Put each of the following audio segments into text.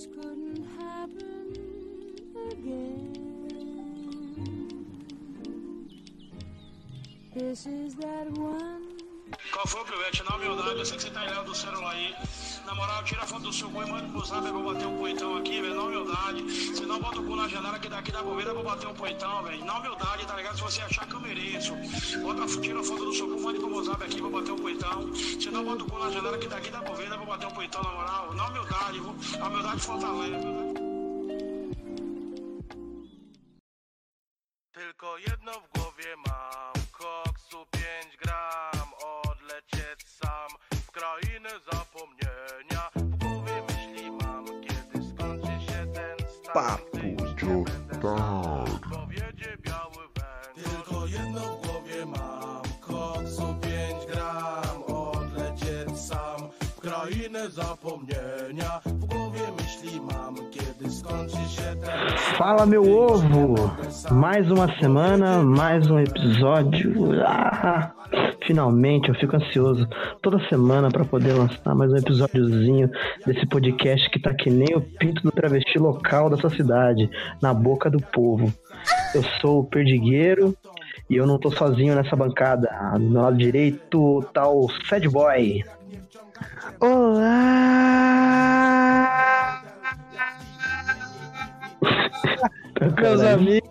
Qual foi, Pivete? Na humildade, eu sei que você tá olhando do celular aí. Na moral, tira a foto do seu cu e manda pro zap pra bater um poitão aqui, velho. Na humildade. Se não, bota o cu na janela que daqui dá bobeira pra bater um poitão, velho. Na humildade, tá ligado? Se você achar que eu mereço. Tira a foto do seu cu, manda pro meu zap aqui pra bater um poitão. Se não, bota o cu na janela que daqui dá bobeira pra bater um poitão, na moral. Na humildade, a humildade fortalece. Tylko jedno w głowie mam, koksu 5 gram, odlecieć sam w krainę zapomnienia. W głowie myśli mam, kiedy skończy się ten stan. Papo de otário. Powiedzie biały węgiel. Tylko jedno w głowie mam, koksu 5 gram, odlecieć sam w krainę zapomnienia. W głowie myśli mam, kiedy skończy się ten stan. Fala, meu ovo! Mais uma semana, mais um episódio. Finalmente, eu fico ansioso toda semana pra poder lançar mais um episódiozinho desse podcast que tá que nem o pinto do travesti local dessa cidade, na boca do povo. Eu sou o Perdigueiro e eu não tô sozinho nessa bancada. Do meu lado direito tá o Sad Boy. Olá! Meus amigos,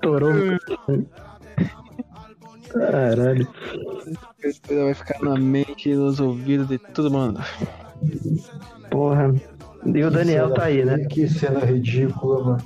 Caralho. essa coisa vai ficar na mente e nos ouvidos de todo mundo. Porra. E o Daniel tá aí, né? Que cena ridícula, mano.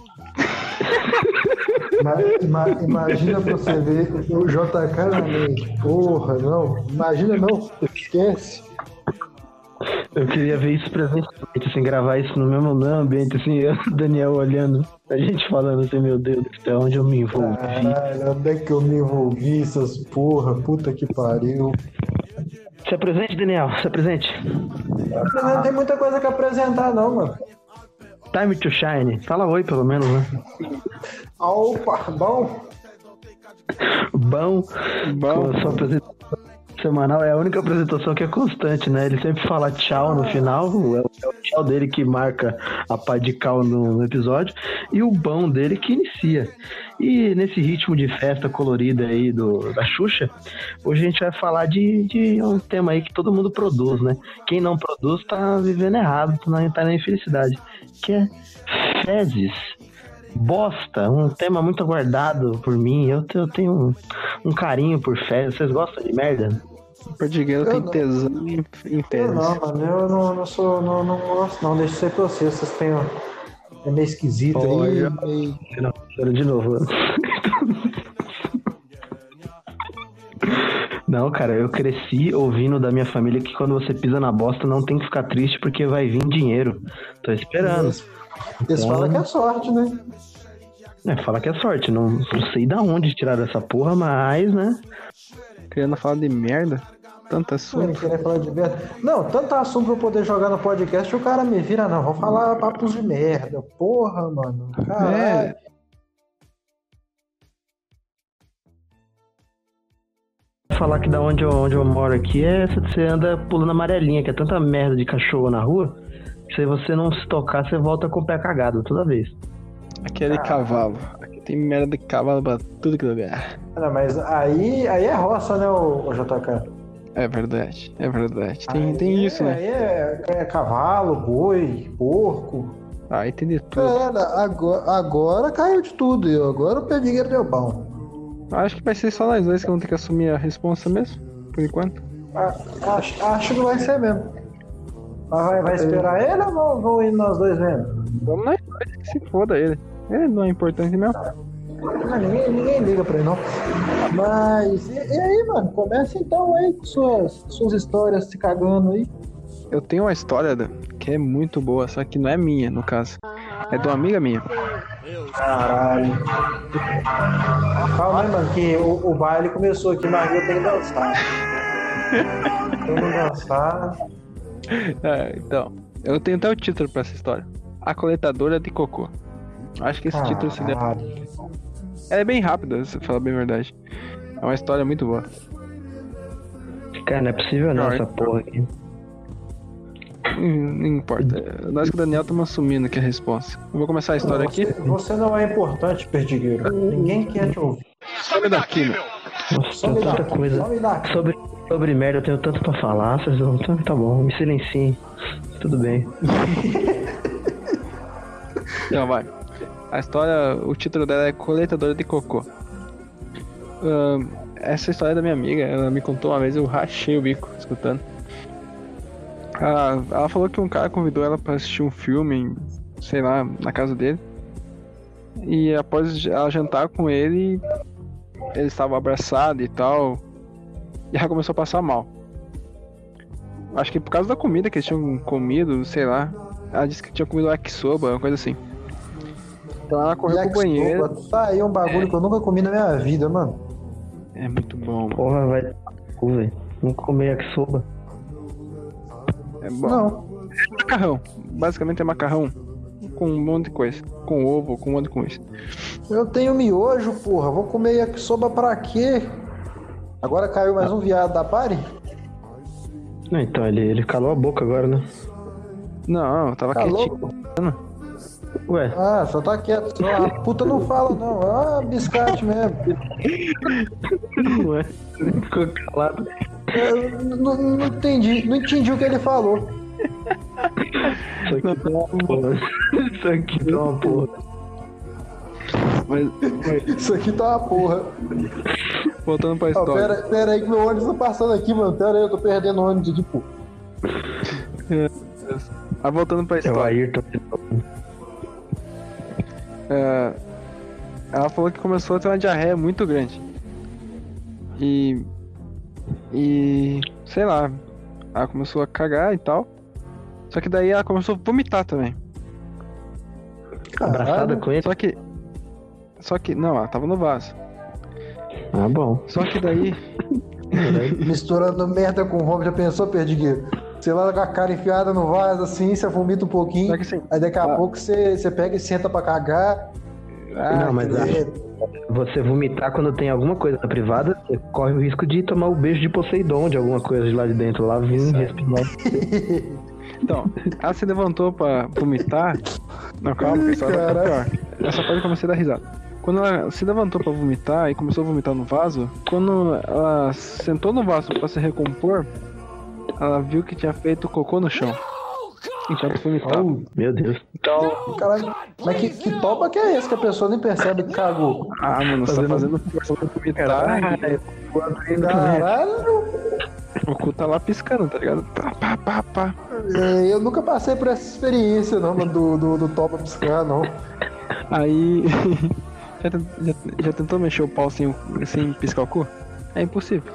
Imagina pra você ver o JK na mente. Porra, não. Imagina não. Esquece. Eu queria ver isso presencialmente, assim, gravar isso no mesmo ambiente, assim, o Daniel olhando, a gente falando assim, meu Deus do céu, onde eu me envolvi? Caralho, onde é que eu me envolvi, essas porra, puta que pariu. Se apresente, Daniel, se apresente. Não tem muita coisa que apresentar não, mano. Time to shine, fala oi pelo menos, né? Opa, bom. Bom. Com a sua apresentação semanal, é a única apresentação que é constante, né? Ele sempre fala tchau no final, é o tchau dele que marca a pá de cal no episódio, e o bom dele que inicia. E nesse ritmo de festa colorida aí da Xuxa, hoje a gente vai falar de um tema aí que todo mundo produz, né? Quem não produz tá vivendo errado, tá na infelicidade, que é fezes. Bosta, um tema muito aguardado por mim. Eu tenho um carinho por fezes. Vocês gostam de merda? O Perdigueiro tem tesão em fezes. Não, mano, eu não gosto não, deixa eu ser pra vocês têm... É meio esquisito aí. Não, de novo. Não, cara, eu cresci ouvindo da minha família que quando você pisa na bosta não tem que ficar triste porque vai vir dinheiro. Tô esperando. Eles falam que é sorte, né? Fala que é sorte. Não sei da onde tirar essa porra, mas, né? Querendo falar de merda? Tanto assunto. Falar de merda. Não, tanto assunto pra eu poder jogar no podcast, o cara me vira, não. Vou falar papos de merda. Porra, mano. Caralho. Falar que da onde eu moro aqui é você anda pulando amarelinha, que é tanta merda de cachorro na rua. Se você não se tocar, você volta com o pé cagado toda vez. Aqui é de cavalo. Aqui tem merda de cavalo pra tudo que é lugar. Não, mas aí é roça, né, o JK? É verdade. Tem isso, né? Aí é cavalo, boi, porco. Aí tem de tudo. Agora caiu de tudo. Agora o Perdigueiro deu bom. Acho que vai ser só nós dois que vão ter que assumir a responsa mesmo, por enquanto. Acho que vai ser mesmo. Vai esperar ele ou vão ir nós dois mesmo? Vamos nós dois, que se foda ele. Ele não é importante mesmo. Ninguém liga pra ele não. Mas e aí, mano? Começa então aí com suas histórias se cagando aí. Eu tenho uma história que é muito boa, só que não é minha, no caso. É de uma amiga minha. Caralho. Calma aí, mano, que o baile começou aqui, mas eu tenho que dançar. Então, eu tenho até o título pra essa história. A coletadora de cocô. Acho que esse título se deve. É bem rápido, se falar bem a verdade. É uma história muito boa. Cara, não é possível não, essa porra aqui. Não importa. Nós que o Daniel estamos assumindo aqui a resposta. Eu vou começar a história aqui. Você não é importante, Perdigueiro. Ninguém quer te ouvir. Some daqui, meu. Nossa, tem tanta coisa. Sobre merda eu tenho tanto pra falar, vocês vão. Tá bom, me silenciem. Tudo bem. Então vai. A história, o título dela é Coletadora de Cocô. Essa história é da minha amiga, ela me contou uma vez, eu rachei o bico escutando. Ela falou que um cara convidou ela pra assistir um filme, sei lá, na casa dele. E após ela jantar com ele, eles estavam abraçados e tal. E ela começou a passar mal. Acho que por causa da comida que eles tinham comido, sei lá. Ela disse que tinha comido yakisoba, uma coisa assim. Então ela correu pro banheiro. Tá aí um bagulho que eu nunca comi na minha vida, mano. É muito bom, mano. Porra, vai. Velho. Não comer yakisoba. É bom. Não. É macarrão. Basicamente é macarrão com um monte de coisa. Com ovo, com um monte de coisa. Eu tenho miojo, porra. Vou comer yakisoba pra quê? Agora caiu mais um viado da party? Não, então ele calou a boca agora, né? Não, tava Calou? quietinho. Ué, Ah, só tá quieto. Só a puta não fala, não. Ah, biscate mesmo. ué. Ele ficou calado. Eu não entendi o que ele falou. Isso aqui tá uma porra. Isso aqui tá uma porra. Mas, Isso aqui tá uma porra. voltando pra Ó, história. pera aí que meu ônibus tá passando aqui, mano. Pera aí, eu tô perdendo o ônibus aqui, pô. Voltando pra É o história. Ayrton. Ela falou que começou a ter uma diarreia muito grande. E sei lá, ela começou a cagar e tal. Só que daí ela começou a vomitar também. Abraçada com ele? Só que não, ela tava no vaso. Ah, bom. Só que daí Misturando merda com roubo, já pensou, Perdigueiro? Você lá com a cara enfiada no vaso, assim, você vomita um pouquinho. Só que assim, Aí daqui a pouco você pega e senta pra cagar. Não, mas você vomitar quando tem alguma coisa na privada, você corre o risco de tomar o beijo de Poseidon de alguma coisa de lá de dentro. Lá vim respirar. então, ela se levantou pra vomitar. Não, calma, que a história vai ficar pior. Essa parte eu comecei a dar risada. Quando ela se levantou pra vomitar e começou a vomitar no vaso, quando ela sentou no vaso pra se recompor, ela viu que tinha feito cocô no chão. Enquanto vomitava. Meu Deus. Então, Caralho, mas que topa que é esse que a pessoa nem percebe que cagou? mano, você tá fazendo força pra vomitar. Caralho! O cu tá lá piscando, tá ligado? Pá. É, eu nunca passei por essa experiência, não, mano, do topa piscar, não. Aí. já tentou mexer o pau sem piscar o cu? É impossível.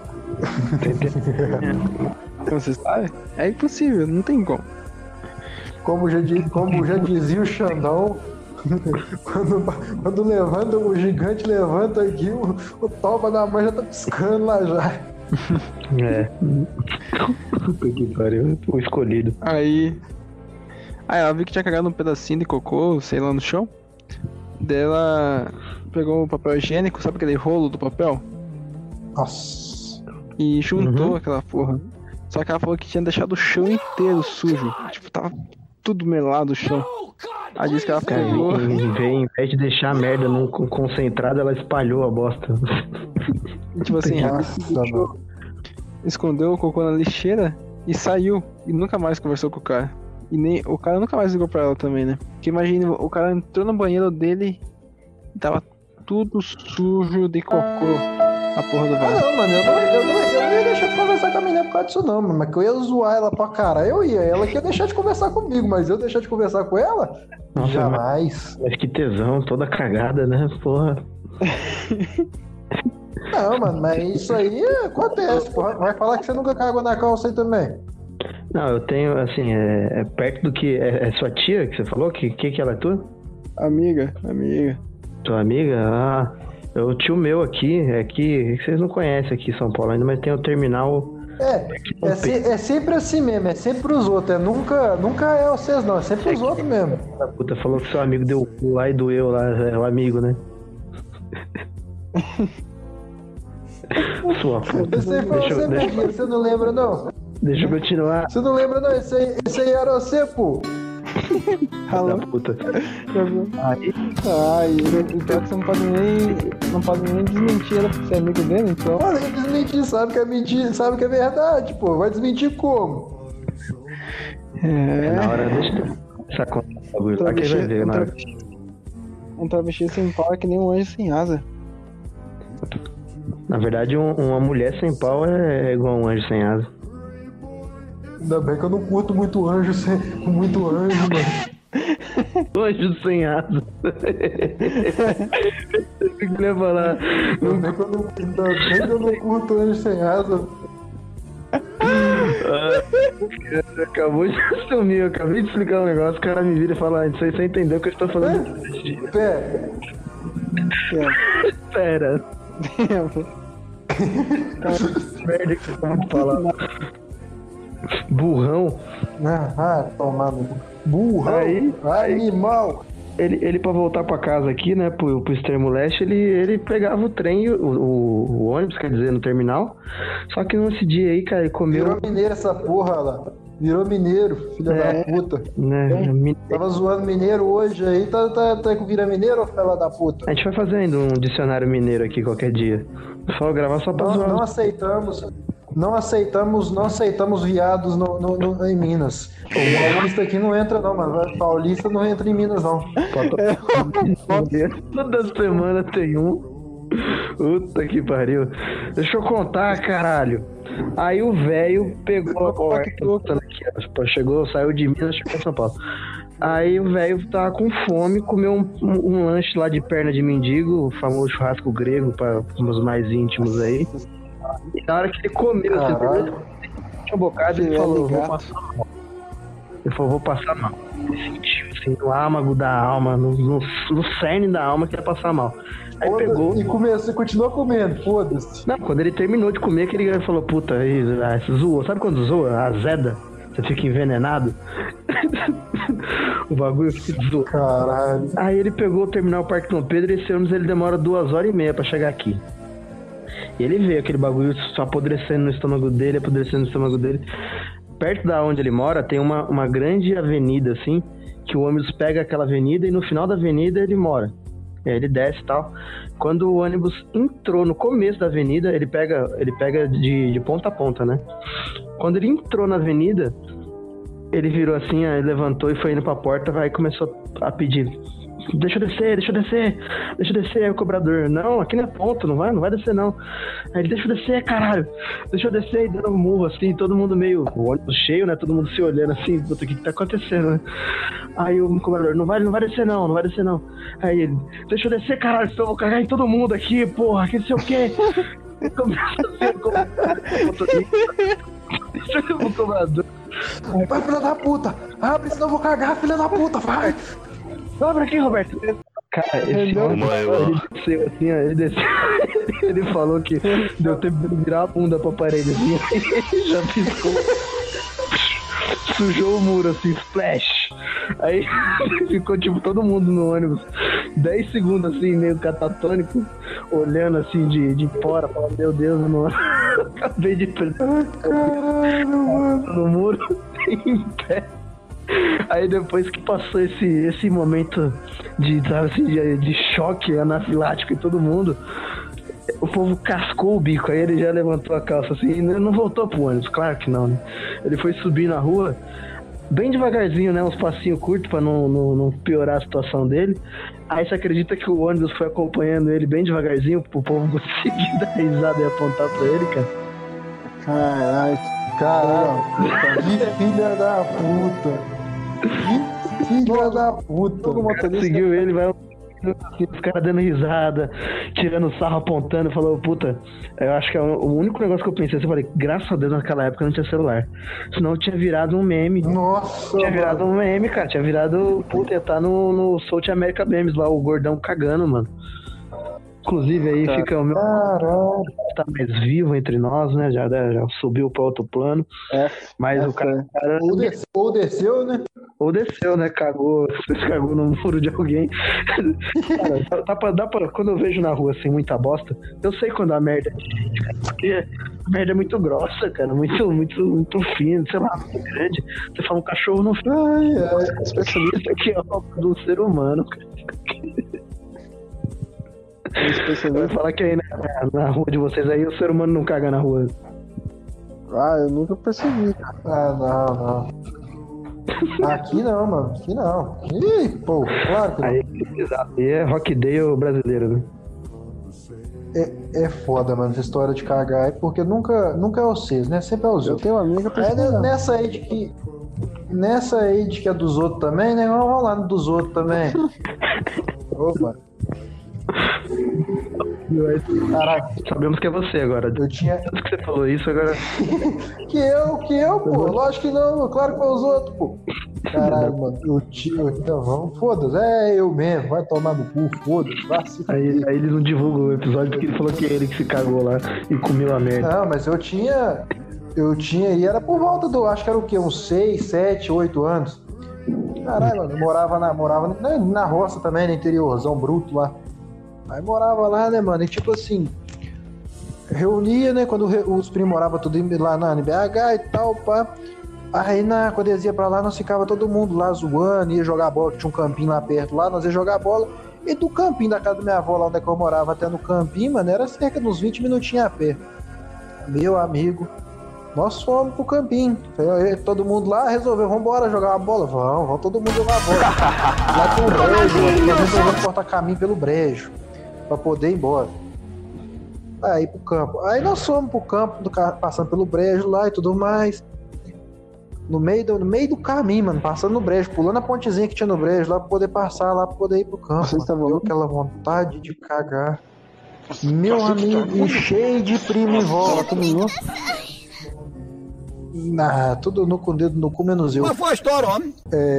Você sabe? É impossível, não tem como. Como já dizia o Xandão, quando levanta, o gigante levanta aqui, o topa da mãe já tá piscando lá já. É. Puta que pariu. O escolhido. Aí ela viu que tinha cagado um pedacinho de cocô, sei lá, no chão. Daí ela pegou o papel higiênico, sabe aquele rolo do papel? Nossa. E juntou aquela porra. Só que ela falou que tinha deixado o chão inteiro sujo. Tipo, tava tudo melado o chão. Aí disse que ela pegou. Em vez de deixar a merda num concentrado, ela espalhou a bosta. Tipo assim, escondeu o cocô na lixeira e saiu. E nunca mais conversou com o cara. E nem o cara nunca mais ligou pra ela também, né? Porque imagina, o cara entrou no banheiro dele e tava tudo sujo de cocô. A porra do vaso. Não, mano, eu não ia deixar de conversar com a menina por causa disso não, mano. Mas que eu ia zoar ela pra caralho, eu ia. Ela que ia deixar de conversar comigo, mas eu deixar de conversar com ela? Nossa, jamais. Mas que tesão, toda cagada, né? Porra. Não, mano, mas isso aí acontece, porra. Vai falar que você nunca cagou na calça aí também. Não, eu tenho, assim, é perto do que... É sua tia que você falou? Que ela é tua? Amiga. Tua amiga? Ah, o tio meu aqui, é que vocês não conhecem aqui em São Paulo ainda, mas tem o terminal... É sempre assim mesmo, é sempre os outros, nunca é vocês não, é sempre os outros mesmo. A puta falou que seu amigo deu o cu lá e doeu lá, é o amigo, né? Sua puta. Você falou sempre aqui, você não lembra não? Deixa eu continuar. Você não lembra, não? Esse aí era você, pô. Da puta. Aí, E pior que você não pode nem desmentir ela porque você é amigo dele, então. Olha, ele desmentir, sabe que é mentira, sabe que é verdade, pô. Vai desmentir como? na hora, deixa eu essa conta do bagulho lá, quem vai ver na hora. Um travesti sem pau é que nem um anjo sem asa. Na verdade, uma mulher sem pau é igual um anjo sem asa. Ainda bem que eu não curto muito anjo, mano. Anjo sem asa. Eu queria falar. Ainda bem que eu não curto anjo sem asa. Acabou de sumir, eu acabei de explicar um negócio, o cara me vira e fala, isso aí você entendeu o que eu estou falando. Pera. Merda que você acabou de falar. Burrão. Tomando. Burrão. Aí, animal. Ele pra voltar pra casa aqui, né, pro extremo leste, ele pegava o trem, o ônibus, quer dizer, no terminal. Só que nesse dia aí, cara, ele comeu... Virou mineiro essa porra lá. Virou mineiro, filha da puta. Né, Tava zoando mineiro hoje aí, tá com vira mineiro ou filha da puta? A gente vai fazer ainda um dicionário mineiro aqui qualquer dia. Só gravar só pra zoar. Não aceitamos viados em Minas. O paulista aqui não entra não, mano. Paulista não entra em Minas não. Toda semana tem um. Puta que pariu. Deixa eu contar, caralho. Aí o velho pegou a porta. Chegou, saiu de Minas, chegou em São Paulo. Aí o velho tava com fome, comeu um lanche lá de perna de mendigo, o famoso churrasco grego para os mais íntimos aí. E na hora que ele comeu, tinha um bocado, ele falou, vou passar mal. Ele falou, vou passar mal. Ele sentiu assim, no âmago da alma, no cerne da alma que ia passar mal. Aí pegou. E continuou comendo, foda-se. Não, quando ele terminou de comer, aquele cara falou, puta, aí zoou. Sabe quando zoa? Azeda. Você fica envenenado. O bagulho fica zoou. Caralho. Aí ele pegou o terminal Parque Dom Pedro e esse ônibus ele demora 2h30 pra chegar aqui. E ele vê aquele bagulho só apodrecendo no estômago dele. Perto da onde ele mora tem uma grande avenida assim, que o ônibus pega aquela avenida e no final da avenida ele mora. E aí ele desce e tal. Quando o ônibus entrou no começo da avenida, ele pega de ponta a ponta, né? Quando ele entrou na avenida, ele virou assim, aí levantou e foi indo pra porta, aí começou a pedir: deixa eu descer. Aí o cobrador: não, aqui não é ponto, não vai descer não. Aí ele: deixa eu descer, caralho. Deixa eu descer, e dando um murro assim, todo mundo meio, o ônibus cheio, né? Todo mundo se olhando assim, puta, o que tá acontecendo, né? Aí o cobrador: não vai descer não. Aí ele: deixa eu descer, caralho, senão eu vou cagar em todo mundo aqui, porra, que não sei o quê. O cobrador: vai, filha da puta, abre, senão eu vou cagar, filha da puta, vai. Abre aqui, Roberto. Cara, ele desceu assim, ó, ele desceu. Ele falou que deu tempo de virar a bunda pra parede assim, já piscou. Sujou o muro assim, splash. Aí ficou tipo todo mundo no ônibus 10 segundos assim, meio catatônico, olhando assim de fora, falando: meu Deus, mano, acabei de perder. Caralho, mano. No muro, em pé. Aí depois que passou esse momento de choque anafilático em todo mundo, o povo cascou o bico. Aí ele já levantou a calça assim e não voltou pro ônibus, claro que não, né? Ele foi subir na rua bem devagarzinho, né? Uns passinhos curtos pra não piorar a situação dele. Aí você acredita que o ônibus foi acompanhando ele bem devagarzinho pro povo conseguir dar risada e apontar pra ele, cara? Caralho, que filha da puta. Que filha da puta. Todo motorista seguiu ele, vai os caras dando risada, tirando sarro, apontando, falou: puta, eu acho que é o único negócio que eu pensei. Eu falei: graças a Deus naquela época não tinha celular, senão tinha virado um meme. Nossa, tinha virado um meme, cara, tinha virado, puta, ia estar no South America Memes lá, o gordão cagando, mano. Inclusive aí fica o meu, tá mais vivo entre nós, né? Já subiu pra outro plano. Mas o cara ou desceu, né? Ou desceu, né? Cagou no muro de alguém. Cara, dá pra. Quando eu vejo na rua assim muita bosta, eu sei quando a merda é de gente, cara. Porque a merda é muito grossa, cara. Muito fina, sei lá, muito grande. Você fala, um cachorro não fica. Especialista aqui, ó, do ser humano, cara. Vai falar que aí na rua de vocês aí o ser humano não caga na rua. Ah, eu nunca percebi, cara. Ah, não. Aqui não, mano. Aqui não. Ih, pô, claro que não. Aí é Rockdale brasileiro, né? É foda, mano, essa história de cagar. É porque nunca é vocês, né? Sempre é os outros. Eu tenho uma amiga pra nessa aí de que é dos outros também, né? Vamos lá no dos outros também. Opa. Caraca, sabemos que é você agora. Eu tinha. Tanto que você falou isso agora. que eu, pô. Lógico que não, claro que foi os outros, pô. Caralho, mano. Então, vamos, foda-se. É eu mesmo, vai tomar no cu, foda-se. Aí eles não divulgam o episódio porque ele falou que é ele que se cagou lá e comeu a merda. Não, mas eu tinha, e era por volta do, acho que era o quê? Uns 6, 7, 8 anos. Caralho, mano, eu morava na roça também, no interiorzão bruto lá. Aí morava lá, né, mano, e tipo assim, reunia, né, quando os primos moravam tudo lá na BH e tal, pá. Aí quando eles iam pra lá, nós ficava todo mundo lá zoando, ia jogar bola, que tinha um campinho lá perto lá, nós ia jogar bola. E do campinho da casa da minha avó, lá onde é que eu morava, até no campinho, mano, era cerca de uns 20 minutinhos a pé. Meu amigo, nós fomos pro campinho. Todo mundo lá resolveu, vambora jogar uma bola. Vamos todo mundo jogar a bola. Lá tem um brejo, mano, nós resolvemos cortar caminho pelo brejo, pra poder ir embora. Aí pro campo. Aí nós fomos pro campo, passando pelo brejo lá e tudo mais. No meio do caminho, mano, passando no brejo, pulando a pontezinha que tinha no brejo lá pra poder passar lá, pra poder ir pro campo. Você estava louco? Aquela vontade de cagar. Meu amigo, e cheio de primo em volta. Tudo com o dedo no cu, menos eu. Mas foi a história, homem.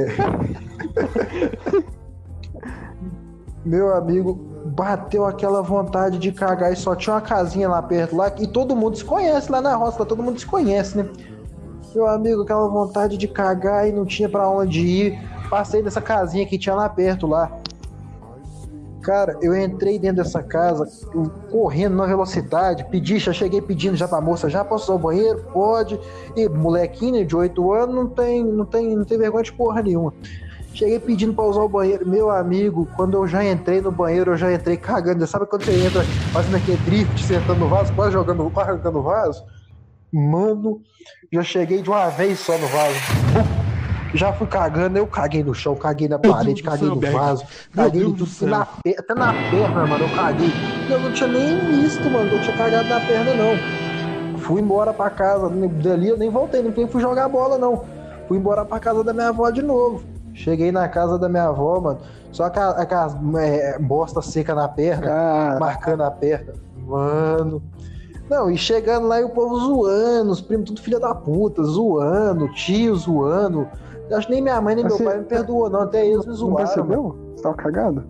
Meu amigo, bateu aquela vontade de cagar e só tinha uma casinha lá perto lá, e todo mundo se conhece lá na roça, todo mundo se conhece, né? Meu amigo, aquela vontade de cagar e não tinha pra onde ir. Passei dessa casinha que tinha lá perto lá. Cara, eu entrei dentro dessa casa, correndo na velocidade, já cheguei pedindo já pra moça, já posso usar o banheiro? Pode. E molequinho de 8 anos não tem vergonha de porra nenhuma. Cheguei pedindo pra usar o banheiro. Meu amigo, quando eu já entrei no banheiro, eu já entrei cagando. Sabe quando você entra fazendo aquele drift, sentando no vaso, quase jogando o vaso? Mano, já cheguei de uma vez só no vaso. Já fui cagando, eu caguei no chão, caguei na parede, caguei no vaso, caguei em tudo, até na perna, mano, eu caguei. Eu não tinha nem visto, mano, eu tinha cagado na perna, não. Fui embora pra casa, dali eu nem voltei, nem fui jogar bola, não. Fui embora pra casa da minha avó de novo. Cheguei na casa da minha avó, mano, só aquelas bosta seca na perna, marcando a perna. Mano... Não, e chegando lá e o povo zoando, os primos tudo filha da puta, zoando, tio zoando. Eu acho que nem minha mãe nem meu pai me perdoou, não, até eles me zoaram. Não percebeu? Você tava cagado?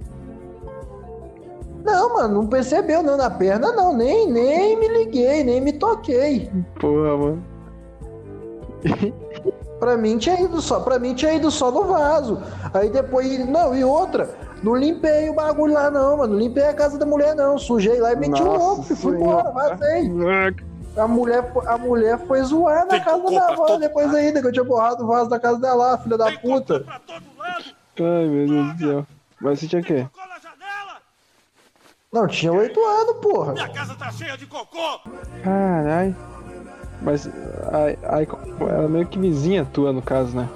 Não, mano, não percebeu não, na perna não, nem me liguei, nem me toquei. Porra, mano. Pra mim tinha ido só no vaso. Aí depois, não, e outra, não limpei o bagulho lá não, mano, não limpei a casa da mulher não, sujei lá e meti o louco, fui embora, vazei. A mulher foi zoar na casa da minha avó depois ainda, que eu tinha borrado o vaso da casa dela, filha da puta. Ai, meu Deus do céu. Mas você tinha o quê? Não, tinha 8 anos, porra. Minha casa tá cheia de cocô! Caralho. Mas aí era meio que vizinha tua, no caso, né?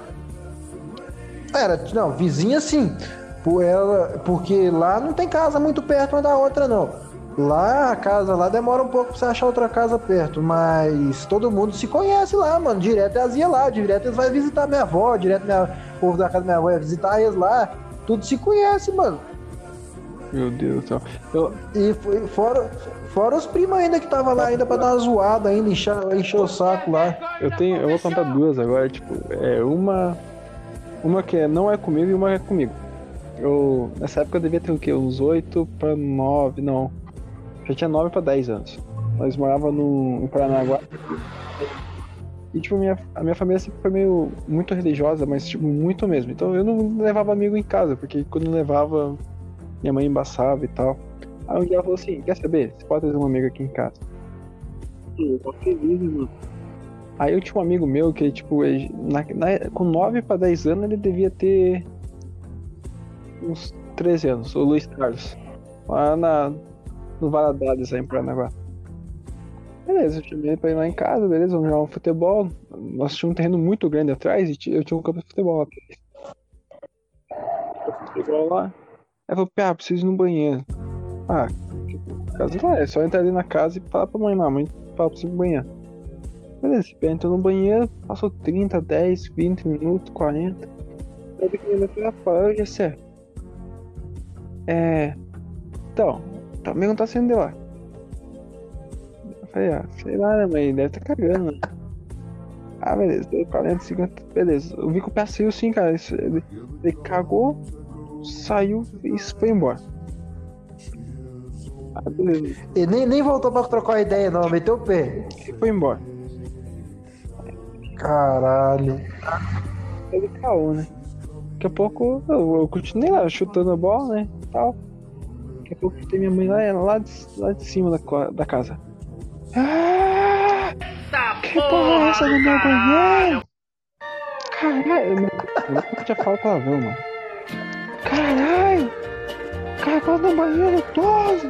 Não, vizinha sim. Porque lá não tem casa muito perto uma da outra, não. Lá, a casa lá demora um pouco pra você achar outra casa perto, mas todo mundo se conhece lá, mano. Direto elas iam lá, direto eles vão visitar minha avó, direto o povo da casa da minha avó ia visitar eles lá. Tudo se conhece, mano. Meu Deus do céu. E fora os primos ainda que tava lá ainda pra dar uma zoada ainda, encher o saco lá. Eu vou contar duas agora, tipo, uma que não é comigo e uma é comigo. Nessa época eu devia ter o quê? Uns 8 pra 9, não. Já tinha 9 pra 10 anos. Nós morávamos em Paranaguá. E, tipo, a minha família sempre foi meio muito religiosa, mas, tipo, muito mesmo. Então eu não levava amigo em casa, porque quando eu levava, minha mãe embaçava e tal. Aí um dia ela falou assim, quer saber? Você pode trazer um amigo aqui em casa. Eu tô feliz, mano. Aí eu tinha um amigo meu que, tipo, com 9 pra 10 anos, ele devia ter uns 13 anos, o Luiz Carlos. Lá no Valadares, aí em Paranaguá. Beleza, eu chamei ele pra ir lá em casa, beleza, vamos jogar um futebol. Nós tínhamos um terreno muito grande atrás e eu tinha um campo de futebol lá. Futebol lá. Aí falou, Pia, preciso ir no banheiro. Ah, casa lá, é só entrar ali na casa e falar pra mãe lá, mãe fala, preciso ir no banheiro. Beleza, Pia entrou no banheiro, passou 30, 10, 20 minutos, 40. Aí que minha mãe falou, rapaz, já sei. Então, tá amigo não tá saindo de lá. Eu falei, sei lá, né, mãe, deve tá cagando, né? Beleza, deu 40, 50, beleza. Eu vi que o pé saiu sim, cara. Ele cagou, saiu e foi embora. Beleza. E nem voltou pra trocar ideia, não, meteu o pé. E foi embora. Caralho. Ele caô, né? Daqui a pouco eu continuei lá, chutando a bola, né? Tal. Daqui a pouco tem minha mãe lá de cima da casa. Que porra é essa do meu banheiro? Caralho, eu nunca tinha falado palavrão, mano. Caralho! Cagou no banheiro todo!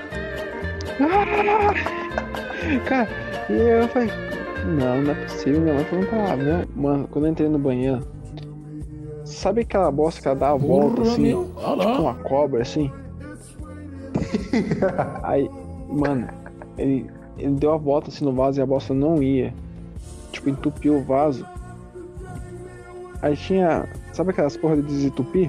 Cara, e eu falei, não é possível, minha mãe falou palavrão. Mano, quando eu entrei no banheiro, sabe aquela bosta que ela dá a volta assim? Tipo uma cobra assim? Aí, mano, ele deu a volta assim no vaso e a bosta não ia. Tipo, entupiu o vaso. Aí tinha. Sabe aquelas porra de desentupir?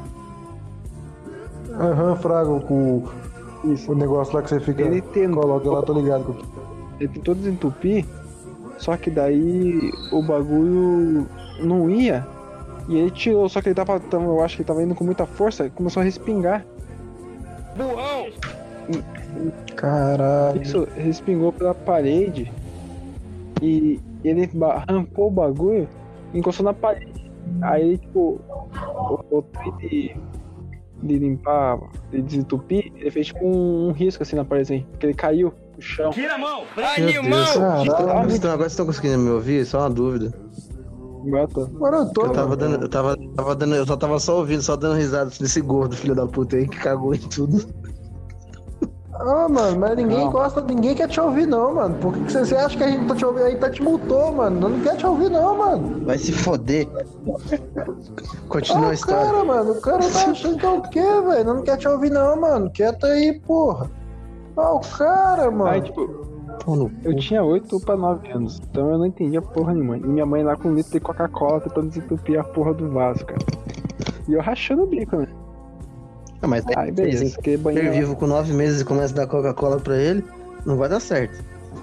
Fraga, com Isso. o negócio lá que você fica. Ele tentou. Coloca lá, tô ligado. Ele tentou desentupir, só que daí o bagulho não ia. E ele tirou, só que ele eu acho que ele tava indo com muita força e começou a respingar. Burrão! Caralho. Isso respingou pela parede e ele arrancou o bagulho e encostou na parede. Aí ele, tipo, o trem de limpar, de desentupir, ele fez tipo um risco assim na parede, assim, porque ele caiu no chão. Tira a mão! Caralho. Então, agora vocês estão conseguindo me ouvir? Só uma dúvida. Agora eu tô. Eu só tava só ouvindo, só dando risada desse gordo, filho da puta aí, que cagou em tudo. Mano, mas ninguém quer te ouvir não, mano. Por que você acha que a gente tá te ouvindo? A gente tá te multou, mano. Não quer te ouvir não, mano. Vai se foder. Continua a história. O cara tá achando que é o quê, velho? Não quer te ouvir não, mano. Quieta aí, porra. O cara, mano. Aí, tipo, eu tinha 8 pra 9 anos, então eu não entendia porra nenhuma. E minha mãe lá com um litro de Coca-Cola tentando desentupir a porra do vaso, cara. E eu rachando o bico, né? Mas aí beleza, ser vivo com 9 meses e começa a dar Coca-Cola pra ele, não vai dar certo.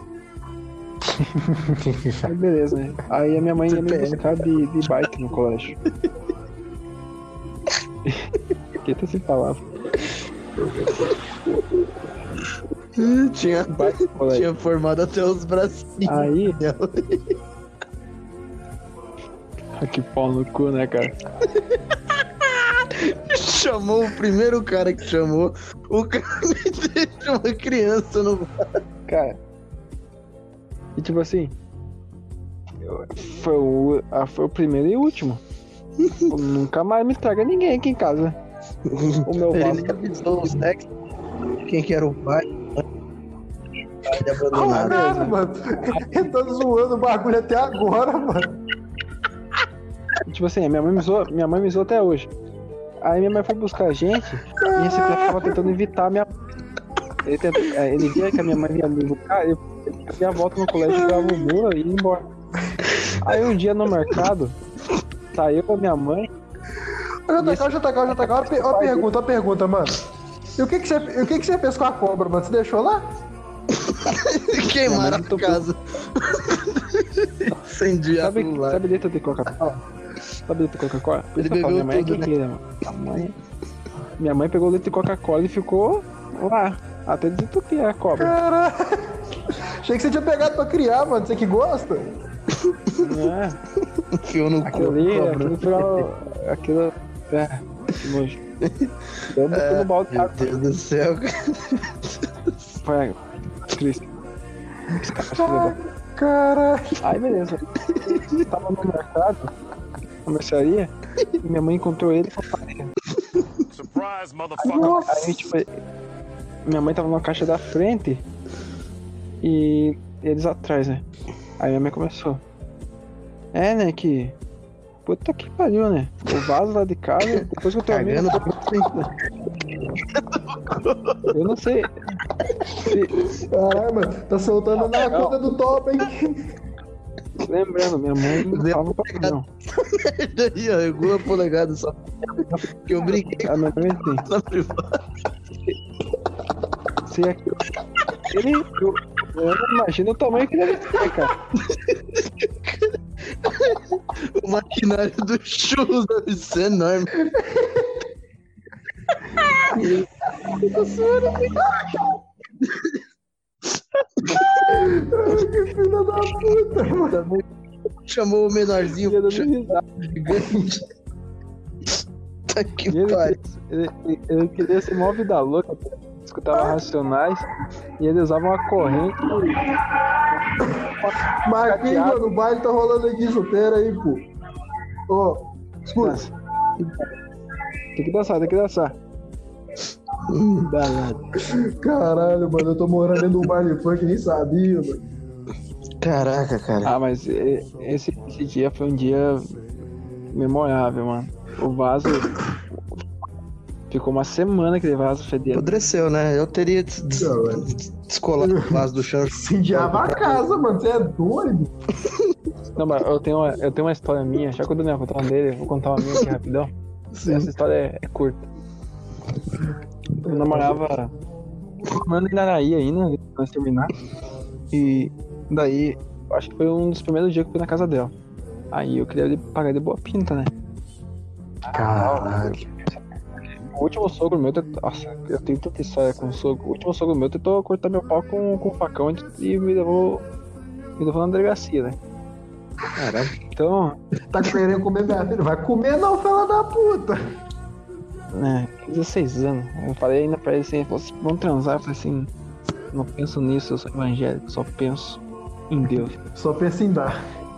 Aí beleza, né? Aí a minha mãe ia me buscar de bike no colégio. Que tá sem palavra. Tinha formado até os bracinhos. Aí. Que pau no cu, né, cara? Chamou o primeiro cara que chamou, o cara me deixou uma criança no bar. Cara, e tipo assim, foi o primeiro e o último. Nunca mais me traga ninguém aqui em casa. O meu Ele nem avisou o sexo, quem que era o pai. Cara, mano, eu tô zoando o bagulho até agora, mano. Tipo assim, minha mãe me zoou até hoje. Aí minha mãe foi buscar a gente e esse cara tava tentando evitar a minha mãe. Ele via que a minha mãe ia me buscar, ele fazia a volta no colégio, pegava o muro e ia embora. Aí um dia no mercado, saiu com a minha mãe. JK, ó a pergunta, mano. E o que você fez com a cobra, mano? Você deixou lá? Queimaram a casa. Incendiar lá. Sabe dentro de Coca-Cola? Ele bebeu tudo, né? Minha mãe pegou o leite de Coca-Cola e ficou lá, até desentupir a cobra. Caralho. Achei que você tinha pegado pra criar, mano. Você que gosta? Enfiou no Aquilo cu. ali, aquilo. Que nojo. Eu botei no balde de Meu água. Deus do céu, cara. Foi, Cristo. Esse cara filho da- Caralho. Aí beleza. Eu tava no mercado, na mercearia, e minha mãe encontrou ele com a farinha. Surprise, motherfucker. Aí, tipo, minha mãe tava na caixa da frente e eles atrás, né? Aí minha mãe começou. Né, que. Puta que pariu, né? O vaso lá de casa, depois que eu tô Cagando. eu não sei. Caralho, mano. Tá soltando na conta do top, hein? Lembrando, minha mãe não tava pra não. Aí, ó, regula a polegada só. Que eu brinquei A minha mãe assim. na privada. Se é que ele. Eu não imagino o tamanho que deve ser, cara. O maquinário do churros deve ser enorme. Que filho da puta, mano. Chamou o menorzinho Ele pro dando risada. gigante. Tá que E pariu. ele queria ser mó vida louca, escutava Racionais e ele usava uma corrente. Marquinhos, mano, o baile tá rolando aqui, solteiro aí, pô. Ó, escuta. Tem que dançar, tem que dançar. Balada. Caralho, mano, eu tô morando dentro do baile funk, nem sabia, mano. Caraca, cara. Ah, mas esse dia foi um dia memorável, mano. O vaso ficou uma semana aquele vaso fedendo. Apodreceu, né? Eu teria descolado o vaso do chão. Incendiava a casa, mano, você é doido? Não, mas eu tenho uma história minha, já que eu não contar uma dele, eu vou contar uma minha aqui rapidão. Essa história é curta. Eu namorava um ano em Araí ainda, antes de terminar. E daí, acho que foi um dos primeiros dias que eu fui na casa dela. Aí eu queria pagar de boa pinta, né? Caralho. O último sogro meu, nossa, eu tenho tanta história com o sogro. O último sogro meu tentou cortar meu pau com um facão e me levou na delegacia, né? Caralho. Então, Tá querendo comer minha filha? Vai comer não, fela da puta. né, 16 anos. Eu falei ainda pra ele assim, ele falou assim, vamos transar. Eu falei assim, não penso nisso, eu sou evangélico, só penso em Deus. Só pensa em dar.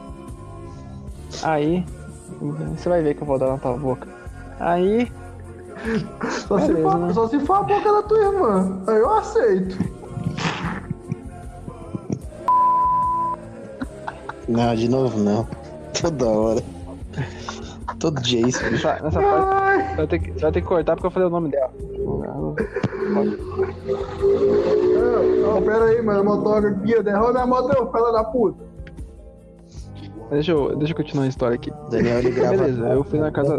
Aí, você vai ver que eu vou dar na tua boca. Aí, Só, se beleza, for, né? só se for a boca da tua irmã. Aí eu aceito. Não, de novo não. Toda hora. Todo dia isso, bicho. nessa parte, você vai ter que cortar porque eu falei o nome dela. Não, pera aí, mano. Motoca aqui, derruba a moto, fela da puta. Deixa eu continuar a história aqui. Daniel, ele grava. Beleza, eu fui na casa.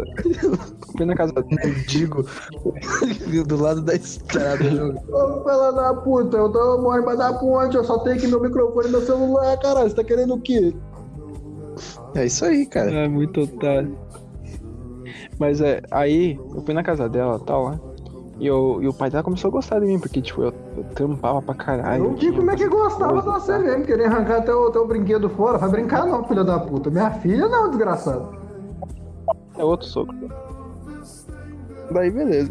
Digo, do lado da estrada. Ô, fela da puta, eu tô morrendo pra dar ponte, eu só tenho aqui meu microfone e meu celular, caralho. Você tá querendo o quê? É isso aí, cara. É muito otário. Mas aí eu fui na casa dela e tal, né? E o pai dela começou a gostar de mim, porque tipo, eu trampava pra caralho. Eu digo como é que gostava de você mesmo, querer arrancar teu brinquedo fora. Vai brincar não, filha da puta. Minha filha não, desgraçado. É outro sogro. Daí beleza.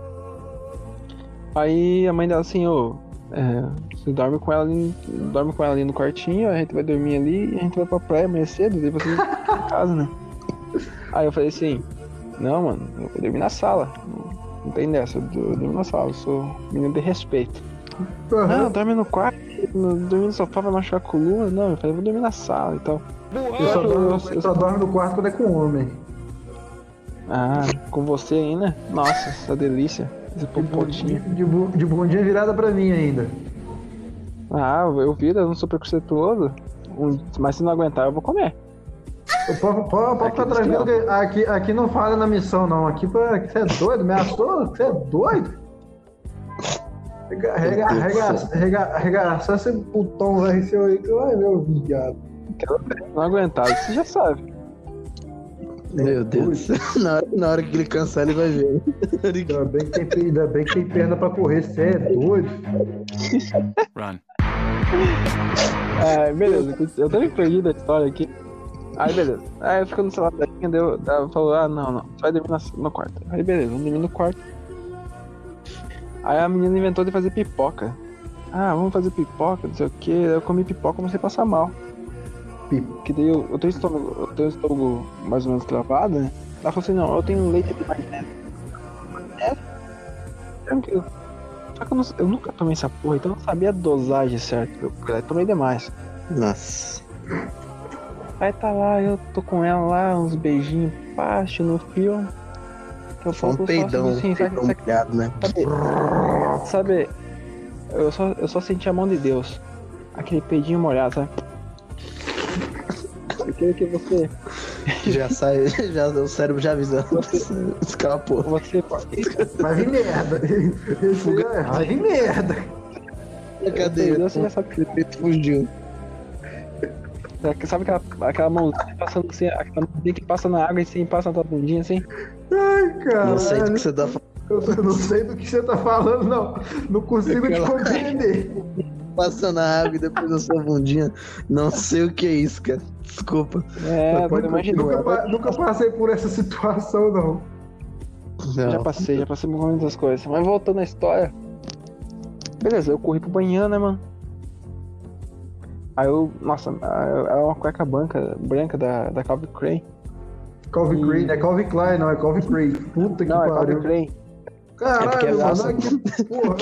Aí a mãe dela assim, você dorme com ela ali no quartinho, a gente vai dormir ali e a gente vai pra praia amanhã cedo, daí você fica em casa, né? Aí eu falei assim, não, mano, eu vou dormir na sala. Não tem dessa, eu durmo na sala, eu sou menino de respeito. Uhum. Não, dorme no quarto, dormir no sofá vai machucar a coluna. Não, eu falei, eu vou dormir na sala e tal. Eu só dorme no quarto quando é com homem. Ah, com você ainda? Nossa, essa delícia. Esse popotinho. De bundinha virada pra mim ainda. Ah, eu viro, eu não sou preconceituoso. Mas se não aguentar, eu vou comer. Pode ficar tranquilo que aqui não falha na missão, não. Aqui você é doido? Me assou? Você é doido? Arregaçar esse botão velho seu aí que vai ver o viado. Não aguentar, você já sabe. Meu Deus. Na hora que ele cansar, ele vai ver. Ainda bem que tem perna pra correr, você é doido. Run. Beleza, eu tô me perdi da história aqui. Aí beleza. Aí eu fico no celular da minha, ela falou, não, você vai dormir no quarto. Aí beleza, vamos dormir no quarto. Aí a menina inventou de fazer pipoca. Vamos fazer pipoca, não sei o que. Eu comi pipoca, comecei a passar mal. Que daí eu tenho estômago mais ou menos travado, né? Ela falou assim, não, eu tenho leite de magnésio. Tranquilo. Só que eu nunca tomei essa porra, então eu não sabia a dosagem certa. Eu tomei demais. Nossa. Aí tá lá, eu tô com ela lá, uns beijinhos, pasto no fio. Só um peidão, assim, peidão molhado, né? Sabe, eu só senti a mão de Deus. Aquele peidinho molhado, sabe? Eu queria que você... Já sai, o cérebro já avisando. Escapou. Você... Vai vir merda. Vai vir merda. Cadê? Você já sabe que o peito fugiu. Sabe aquela mãozinha passando assim, aquela mãozinha que passa na água e assim, passa na tua bundinha assim? Ai, cara. Não sei do que você tá falando. Eu não sei do que você tá falando, não. Não consigo te compreender. Passa na água e depois na sua bundinha. Não sei o que é isso, cara. Desculpa. Pode imaginar. Nunca passei por essa situação, não. Já passei por muitas coisas. Mas voltando à história. Beleza, eu corri pro banheiro, né, mano? Aí era uma cueca branca da Calvin Klein. Calvin Klein, não é Calvin Klein, não, é Calvin Klein. Puta que não, pariu. É Calvin Klein. Caralho, mano, que porra.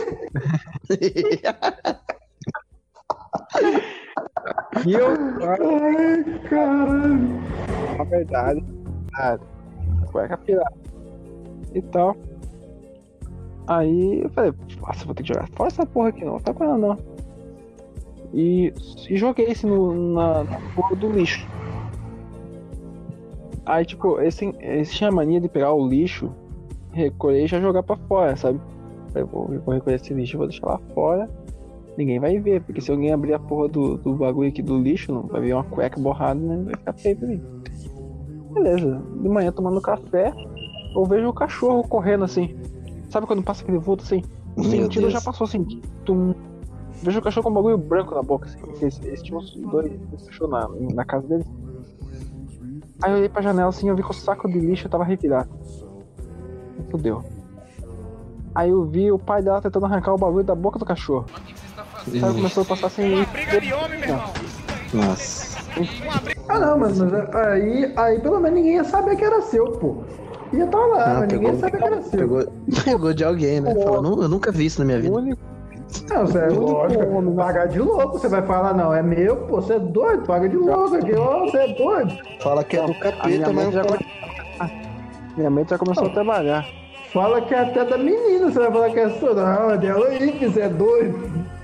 E eu... Ai, caralho. Na verdade, cueca pirata. E tal. Aí eu falei, nossa, vou ter que jogar fora essa porra aqui, não tá com ela não. E joguei esse na porra do lixo. Aí tipo, esse tinha a mania de pegar o lixo, recolher e já jogar pra fora, sabe? Eu vou recolher esse lixo, vou deixar lá fora. Ninguém vai ver, porque se alguém abrir a porra do bagulho aqui do lixo, não vai ver uma cueca borrada, né? Vai ficar feio pra mim. Beleza, de manhã tomando café, eu vejo o cachorro correndo assim. Sabe quando passa aquele vulto assim? O sentido já passou assim. Tum. Vejo o cachorro com um bagulho branco na boca, assim. Eles tinham uns dois cachorros na casa deles. Aí eu olhei pra janela assim, eu vi que o saco de lixo tava revirado. Fudeu. Aí eu vi o pai dela tentando arrancar o bagulho da boca do cachorro. Aí começou a passar assim. Uma briga de homem, meu irmão. Nossa. Não, mas aí pelo menos ninguém ia saber que era seu, pô. Ia estar lá, mas ninguém ia saber que era seu. Pegou de alguém, né? Falou, eu nunca vi isso na minha vida. Não, você é lógico, pagar de louco, você vai falar, não, é meu, pô, você é doido, paga de louco aqui, ó, você é doido. Fala que é do capeta, mas minha mente já começou a trabalhar. Fala que é até da menina, você vai falar que é sua, não, é dela aí, que você é doido.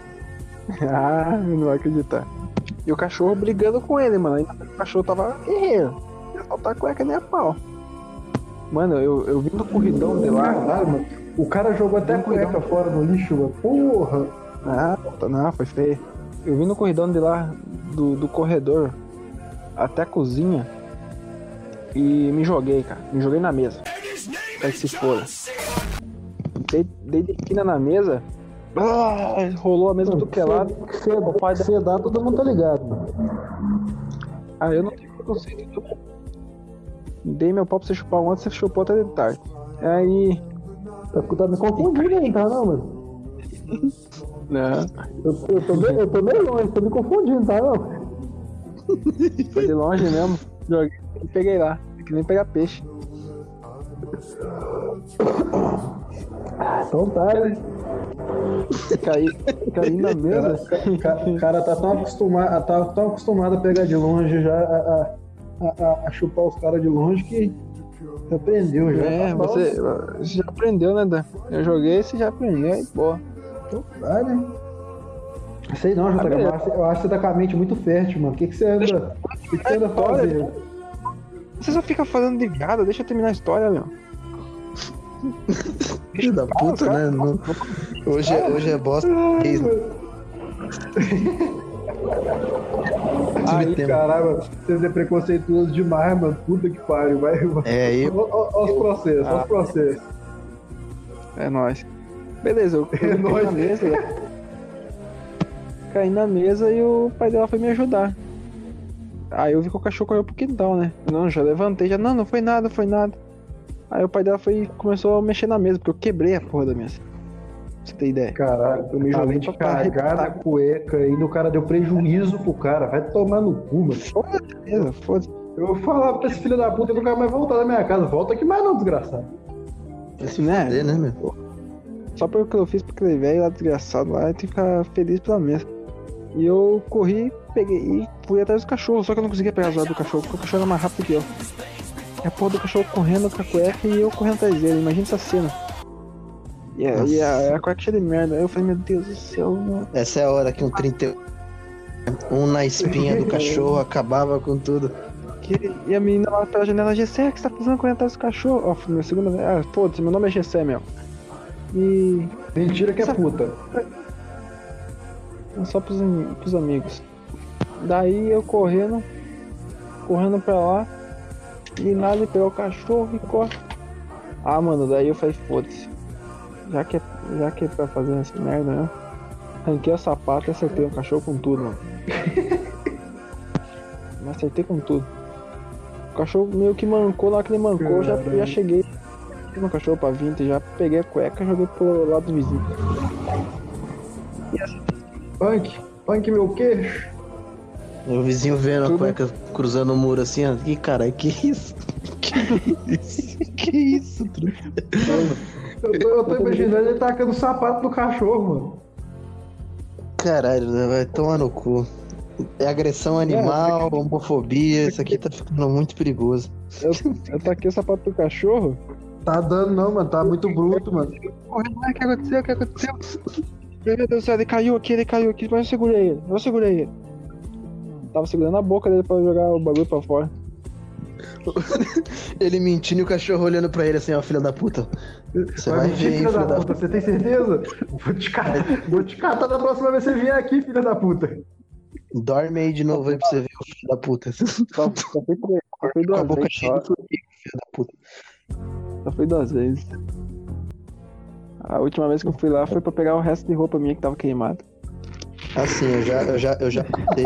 Eu não vai acreditar. E o cachorro brigando com ele, mano, ainda o cachorro tava guerreiro, ia faltar cueca nem a pau. Mano, eu vim do corridão de lá. Caralho, mano. O cara jogou até a cueca fora no lixo, mano. Porra! Não, foi feio. Eu vim no corridão de lá, do corredor até a cozinha e me joguei, cara. Me joguei na mesa. Pra que se for. Dei de quina na mesa. Rolou a mesa do que lado. Você dá, todo mundo tá ligado, mano. Eu não tenho preconceito. Dei meu pau pra você chupar ontem, você chupou até de tarde. Aí. Tá me confundindo aí, tá não, mano? Não. Eu tô meio longe, tô me confundindo, tá não? Foi de longe mesmo. Joguei e peguei lá. É que nem pegar peixe. Então tá, né? Caí na mesa. O cara tá tão acostumado a pegar de longe já, a chupar os caras de longe que aprendeu já. Você já aprendeu, né, Dan? Eu joguei, você já aprendeu, aí, boa. Então tá, né? Sei não, JK, eu acho que você tá com a mente muito fértil, mano. O que você anda fazendo? Você só fica falando de viada, deixa eu terminar a história, meu. Filho da puta, né? Não... Hoje é bosta. Ai, caralho, vocês é preconceituoso demais, mano. Puta que pariu, vai. Olha os processos, É nóis. Beleza, eu nóis. na mesa. caí na mesa e o pai dela foi me ajudar. Aí eu vi que o cachorro correu pro quintal, né? Não, já levantei, já, não foi nada, foi nada. Aí o pai dela começou a mexer na mesa, porque eu quebrei a porra da mesa. Pra você ter ideia. Caralho, eu me joguei de cagar na cueca e o cara deu prejuízo pro cara. Vai tomar no cu, mano. Foda-se. Eu vou falar pra esse filho da puta que eu não quero mais voltar da minha casa. Volta aqui mais não, desgraçado. Esse né, meu? Só pelo que eu fiz pra aquele velho lá desgraçado lá, eu tenho que ficar feliz pela mesa. E eu corri, peguei e fui atrás do cachorro, só que eu não conseguia pegar as horas do cachorro, porque o cachorro era mais rápido que eu. E a porra do cachorro correndo com a cueca e eu correndo atrás dele, imagina essa cena. E a cueca cheia de merda. Aí eu falei, meu Deus do céu, mano. Essa é a hora que um 31 na espinha do cachorro acabava com tudo. E a menina lá pela janela, Gessé, o que você tá fazendo correndo atrás do cachorro? Ó, minha segunda vez. Ah, foda-se, meu nome é Gessé, meu. E. Mentira que é puta. Só pros amigos. Daí eu correndo pra lá. E nada, ele pegou o cachorro e corre. Ah, mano, daí eu falei, foda-se. Já que é pra fazer essa merda, né? Arranquei o sapato e acertei o cachorro com tudo, mano. Me acertei com tudo. O cachorro meio que mancou, lá que ele mancou, já cheguei no cachorro pra vir, já peguei a cueca e joguei pro lado do vizinho. Punk meu queixo. O vizinho vendo Tudo. a cueca cruzando o muro assim, ó. Que caralho, que isso? Que isso, truta? Eu tô imaginando ele tacando o sapato do cachorro, mano. Caralho, né? Vai tomar no cu. É agressão animal, homofobia, isso aqui tá ficando muito perigoso. Eu taquei o sapato do cachorro. Tá dando não, mano. Tá muito bruto, mano. Correndo, o que aconteceu? Meu Deus do céu, ele caiu aqui, mas eu segurei ele. Tava segurando a boca dele pra jogar o bagulho pra fora. Ele mentindo e o cachorro olhando pra ele assim, ó, filha da puta. Você vai mentir, ver, hein, filho da puta. Você tem certeza? Vou te catar da próxima vez que você vier aqui, filho da puta. Dorme aí de novo aí pra você ver o filho da puta. Só foi Com a duas boca vezes. cheia de formiga, filho da puta. Só foi 2 vezes. A última vez que eu fui lá foi pra pegar o resto de roupa minha que tava queimado. Assim, eu já contei.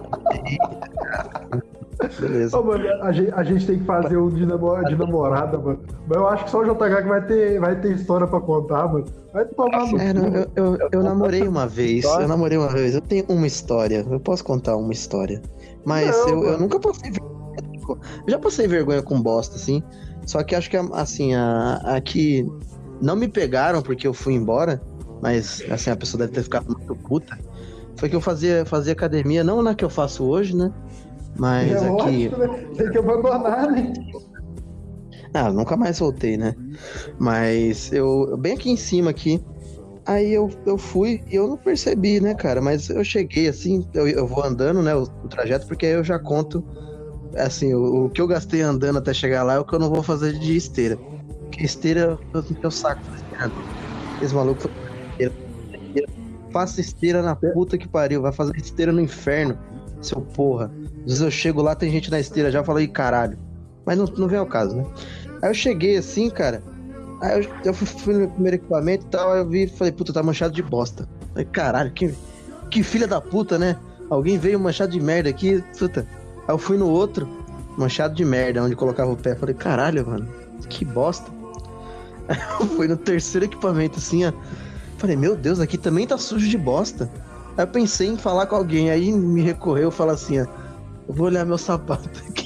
Beleza. Ô, mano, a gente tem que fazer um de namorada, mano. Mas eu acho que só o JH que vai ter história pra contar, mano. Vai tomar no cu. Eu namorei uma vez. Eu tenho uma história. Eu posso contar uma história. Mas eu nunca passei vergonha. Eu já passei vergonha com bosta, assim. Só que acho que, assim, aqui não me pegaram porque eu fui embora. Mas, assim, a pessoa deve ter ficado muito puta. Foi que eu fazia academia, não na que eu faço hoje, né? Mas É aqui. lógico, né? Tem que abandonar, né? Ah, nunca mais voltei, né? Mas eu bem aqui em cima aqui. Aí eu fui e eu não percebi, né, cara? Mas eu cheguei assim, eu vou andando, né, o trajeto, porque aí eu já conto, assim, o que eu gastei andando até chegar lá é o que eu não vou fazer de esteira. Porque esteira, eu tenho saco fazendo. Esse maluco foi esteira. Faça esteira na puta que pariu, vai fazer esteira no inferno, seu porra. Às vezes eu chego lá, tem gente na esteira já, falei, caralho. Mas não vem ao caso, né? Aí eu cheguei assim, cara. Aí eu fui no meu primeiro equipamento e tal. Aí eu vi e falei, puta, tá manchado de bosta. Falei, caralho, que filha da puta, né? Alguém veio manchado de merda aqui, puta. Aí eu fui no outro, manchado de merda, onde colocava o pé. Falei, caralho, mano, que bosta. Aí eu fui no terceiro equipamento assim, ó. Falei, meu Deus, aqui também tá sujo de bosta. Aí eu pensei em falar com alguém, aí me recorreu e falou assim, ó. Eu vou olhar meu sapato aqui.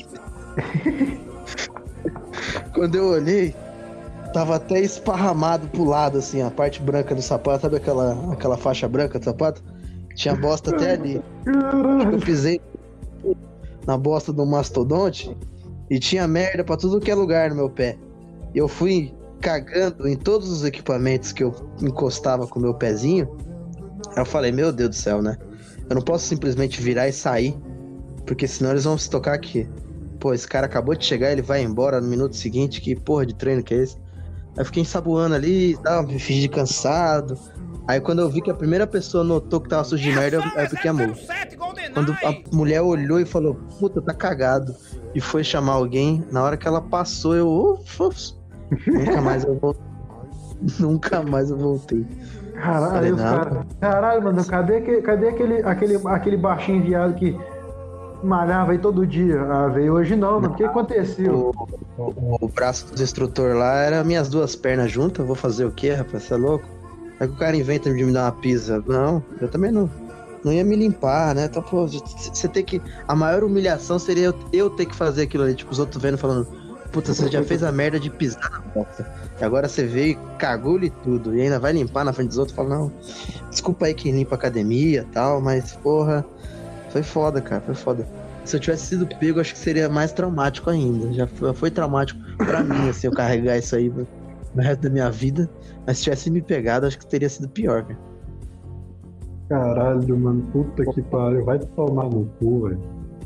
Quando eu olhei, tava até esparramado pro lado, assim, a parte branca do sapato, sabe aquela faixa branca do sapato? Tinha bosta até ali. Eu pisei na bosta do mastodonte e tinha merda pra tudo que é lugar no meu pé. E eu fui cagando em todos os equipamentos que eu encostava com o meu pezinho. Aí eu falei, meu Deus do céu, né? Eu não posso simplesmente virar e sair, porque senão eles vão se tocar aqui. Pô, esse cara acabou de chegar, ele vai embora no minuto seguinte, que porra de treino que é esse? Aí eu fiquei ensaboando ali, me fiz de cansado. Aí quando eu vi que a primeira pessoa notou que tava sujo de merda, eu fiquei amor. Quando a mulher olhou e falou, puta, tá cagado, e foi chamar alguém, na hora que ela passou, eu, nunca mais eu voltei. Caralho, os caras. Caralho, mano, cadê aquele baixinho viado que malhava aí todo dia? Ah, veio hoje não, mano. O que aconteceu? O braço do instrutor lá era minhas duas pernas juntas. Eu vou fazer o quê, rapaz? Você é louco? Aí que o cara inventa de me dar uma pizza. Não, eu também não ia me limpar, né? Então, pô, você tem que. A maior humilhação seria eu ter que fazer aquilo ali. Tipo, os outros vendo falando, puta, você já fez a merda de pisar na bosta. E agora você veio e cagou e tudo. E ainda vai limpar na frente dos outros. Fala, não, desculpa aí quem limpa a academia e tal, mas, porra, foi foda, cara, foi foda. Se eu tivesse sido pego, acho que seria mais traumático ainda. Já foi traumático pra mim, assim, eu carregar isso aí no resto da minha vida. Mas se tivesse me pegado, acho que teria sido pior, cara. Caralho, mano, puta que pariu. Vai tomar no cu, velho.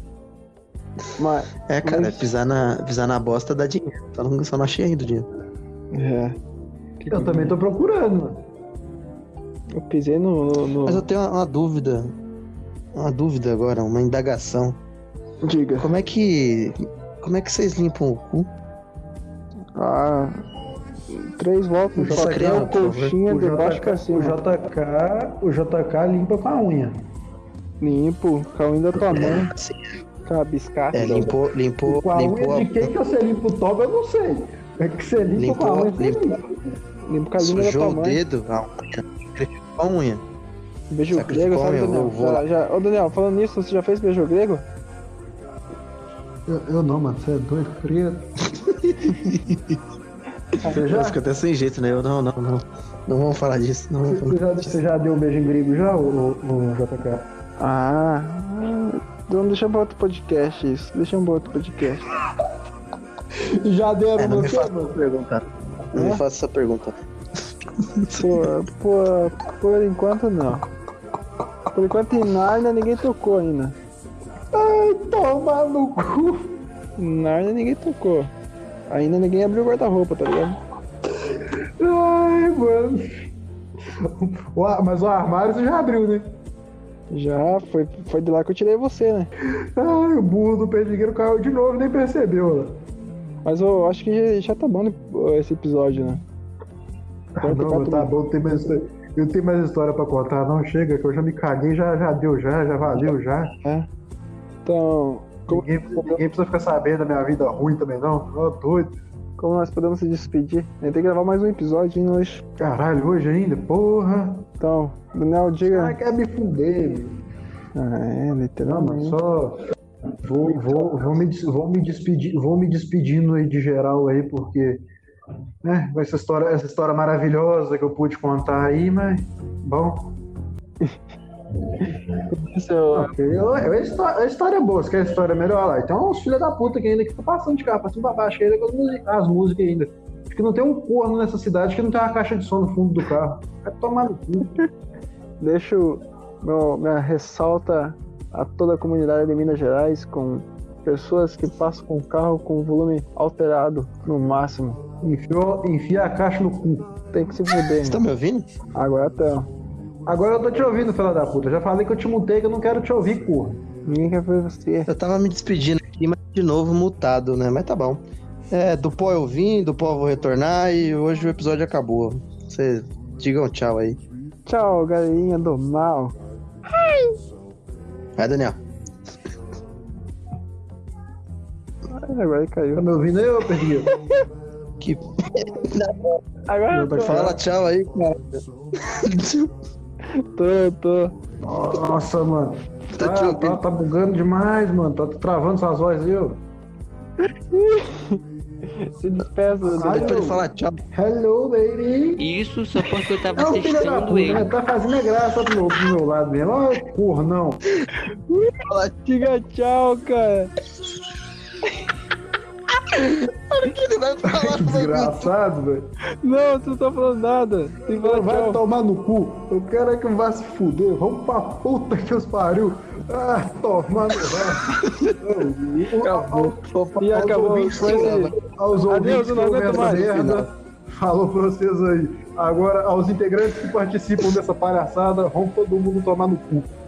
Cara, pisar na bosta dá dinheiro. Só não achei ainda o dinheiro. É. Eu também tô procurando, mano. Eu pisei no... Mas eu tenho uma dúvida. Uma dúvida agora, uma indagação. Diga. Como é que vocês limpam o cu? 3 voltas, só tem a coxinha de baixo pra cima. O JK limpa com a unha. Limpo, com a unha da tua mãe. Com a biscate. Limpou Com a unha de quem que você limpa o toba, eu não sei. É que você limpa com a unha, você limpa. Limpo com a língua da tua mãe. Sujou o dedo, a unha. Com a unha. Beijo grego, sabe, Daniel? Ô, Daniel, falando nisso, você já fez beijo grego? Eu não, mano, você é doido, frio. Eu fico até sem jeito, né? Não vamos falar disso. Você já deu um beijo em grego já, o JK? Então deixa pra outro podcast isso. Já deram não no me quê, faça mano? essa pergunta. Não me faça essa pergunta. Por enquanto não. Por enquanto em Narnia ninguém tocou ainda. Ai, toma no cu. Narnia ninguém tocou. Ainda ninguém abriu o guarda-roupa, tá ligado? Ai, mano. Mas o armário você já abriu, né? Já, foi de lá que eu tirei você, né? Ai, o burro do perdigueiro caiu de novo, nem percebeu, né? Mas eu acho que já tá bom esse episódio, né? Não, tá bom, eu tenho mais história pra contar, não chega, que eu já me caguei, já deu, já valeu, já. É. Então... Ninguém precisa ficar sabendo da minha vida ruim também, não. Ó, doido. Como nós podemos se despedir? A gente tem que gravar mais um episódio hein, hoje. Caralho, hoje ainda? Porra. Então, Daniel, diga... Ah, quer me fuder, meu. Literalmente. Não, só... Vou me despedindo aí de geral aí, porque... né, essa história maravilhosa que eu pude contar aí, mas... Bom... A história é boa, você quer a história melhor lá. Então, uns filha da puta que ainda que tá passando de carro pra cima pra baixo ainda com as músicas ainda. Acho que não tem um corno nessa cidade que não tem uma caixa de som no fundo do carro. Vai tomar no cu. Deixo minha ressalta a toda a comunidade de Minas Gerais com pessoas que passam com o carro com o volume alterado no máximo. Enfia a caixa no cu. Tem que se fuder. Você tá me ouvindo? Agora tá. Agora eu tô te ouvindo, filha da puta. Já falei que eu te mutei, que eu não quero te ouvir, porra. Ninguém quer ver você. Eu tava me despedindo aqui, mas de novo mutado, né? Mas tá bom. Do pó eu vim, do pó eu vou retornar e hoje o episódio acabou. Vocês digam tchau aí. Tchau, galerinha do mal. Vai, Daniel. Agora ele caiu. Tá me ouvindo aí, ô perdido? Que... Agora eu Fala tchau aí, cara. Tô. Nossa, mano. Tá bugando demais, mano. Tá travando suas vozes, viu? Se despeça, Pede pra ele falar tchau. Hello, baby. Isso só porque eu tava Não, filha da testando puta, ele. né? Tá fazendo graça do meu lado mesmo. Ó, porra, não. Diga tchau, cara. Que ele vai falar Que desgraçado, velho. Não, você não tá falando nada. Tem que falar Vai tchau. tomar no cu. Eu quero é que vá se fuder. Vamos pra puta que os pariu. Ah, tomar no Acabou. E acabou. Aos ouvintes que eu não ouvem aguento essa mais. merda, falou pra vocês aí. Agora, aos integrantes que participam dessa palhaçada, vamos todo mundo tomar no cu.